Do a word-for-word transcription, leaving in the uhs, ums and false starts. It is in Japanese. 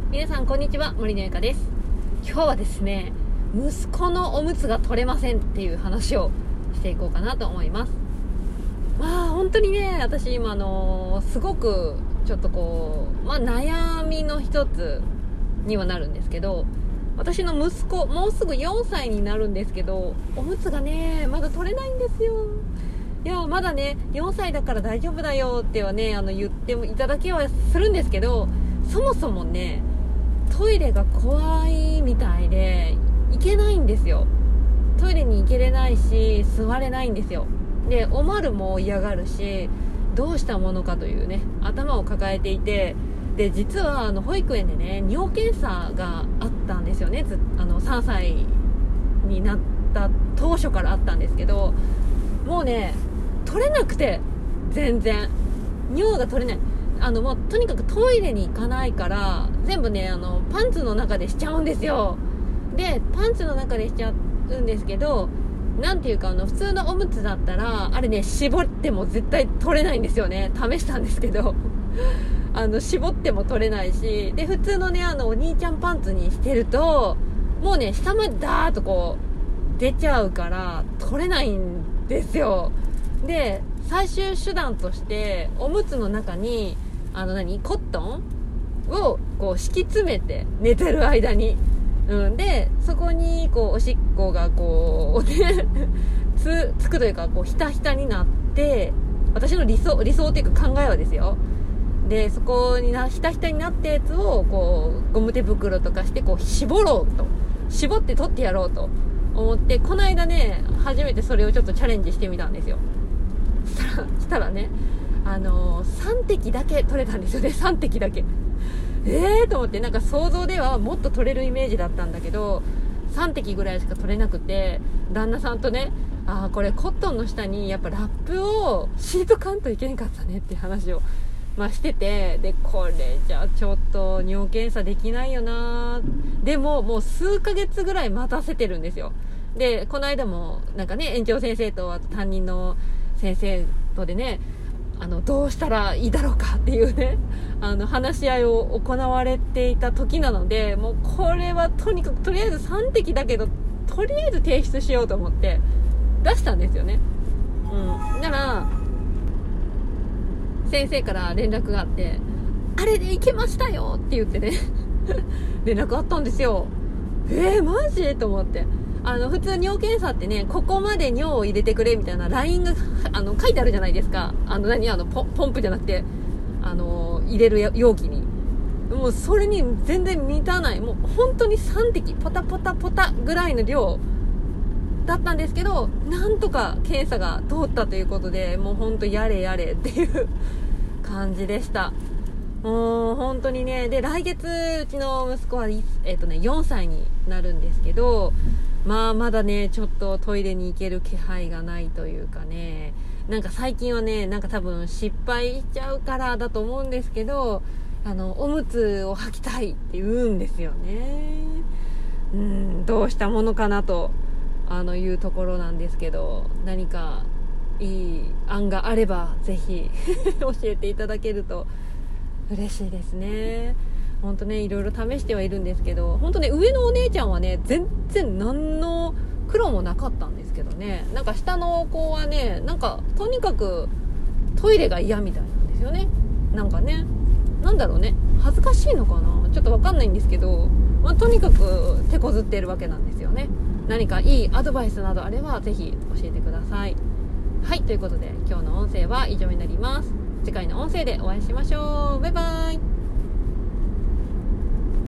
皆さんこんにちは、森のゆかです。今日はですね、息子のおむつが取れませんっていう話をしていこうかなと思います。まあ本当にね、私今あのすごくちょっとこう、まあ、悩みの一つにはなるんですけど、私の息子もうすぐよんさいになるんですけど、おむつがねまだ取れないんですよ。いやまだねよんさいだから大丈夫だよってはねあの言ってもいただけはするんですけど、そもそもねトイレが怖いみたいで行けないんですよ。トイレに行けれないし座れないんですよ。でおまるも嫌がるし、どうしたものかというね頭を抱えていて、で実はあの保育園でね尿検査があったんですよね。ずあのさんさいになった当初からあったんですけど、もうね取れなくて全然尿が取れない。あのもうとにかくトイレに行かないから全部ねあのパンツの中でしちゃうんですよ。でパンツの中でしちゃうんですけど、なんていうかあの普通のおむつだったらあれね絞っても絶対取れないんですよね。試したんですけどあの絞っても取れないし、で普通のねあのお兄ちゃんパンツにしてるともうね下までダーッとこう出ちゃうから取れないんですよ。で最終手段としておむつの中にあの何コットンをこう敷き詰めて寝てる間に、うん、でそこにこうおしっこがこうねつ, つくというかこうひたひたになって、私の理想理想っていうか考えはですよ。でそこになひたひたになったやつをこうゴム手袋とかしてこう絞ろうと絞って取ってやろうと思って、この間ね初めてそれをちょっとチャレンジしてみたんですよ。したらしたらねあのー、さんてきだけ取れたんですよね。さんてきだけえーと思って、なんか想像ではもっと取れるイメージだったんだけどさんてきぐらいしか取れなくて、旦那さんとねあーこれコットンの下にやっぱラップを敷いとかんといけんかったねって話をまあ、してて、でこれじゃあちょっと尿検査できないよな。でももう数ヶ月ぐらい待たせてるんですよ。でこの間もなんかね園長先生とあと担任の先生とでねあのどうしたらいいだろうかっていうねあの話し合いを行われていた時なので、もうこれはとにかくとりあえずさんてきだけどとりあえず提出しようと思って出したんですよね。うん、なら先生から連絡があって、あれでいけましたよって言ってね連絡あったんですよ。えーマジと思って、あの普通尿検査ってねここまで尿を入れてくれみたいなラインがあの書いてあるじゃないですか。あの何あの ポ, ポンプじゃなくてあの入れる容器に、もうそれに全然満たない、もう本当にさんてきポタポタポタぐらいの量だったんですけど、なんとか検査が通ったということで、もう本当やれやれっていう感じでした。もう本当にね、で来月うちの息子は、えーとね、よんさいになるんですけど、まあまだねちょっとトイレに行ける気配がないというかね、なんか最近はねなんか多分失敗しちゃうからだと思うんですけど、あのおむつを履きたいって言うんですよね。うん、どうしたものかなとあのいうところなんですけど、何かいい案があればぜひ教えていただけると嬉しいですね。本当ねいろいろ試してはいるんですけど、本当ね上のお姉ちゃんはね全然何の苦労もなかったんですけどね、なんか下の子はねなんかとにかくトイレが嫌みたいなんですよね。なんかねなんだろうね恥ずかしいのかなちょっと分かんないんですけど、まあ、とにかく手こずっているわけなんですよね。何かいいアドバイスなどあればぜひ教えてください。はい、ということで今日の音声は以上になります。次回の音声でお会いしましょう。バイバイ。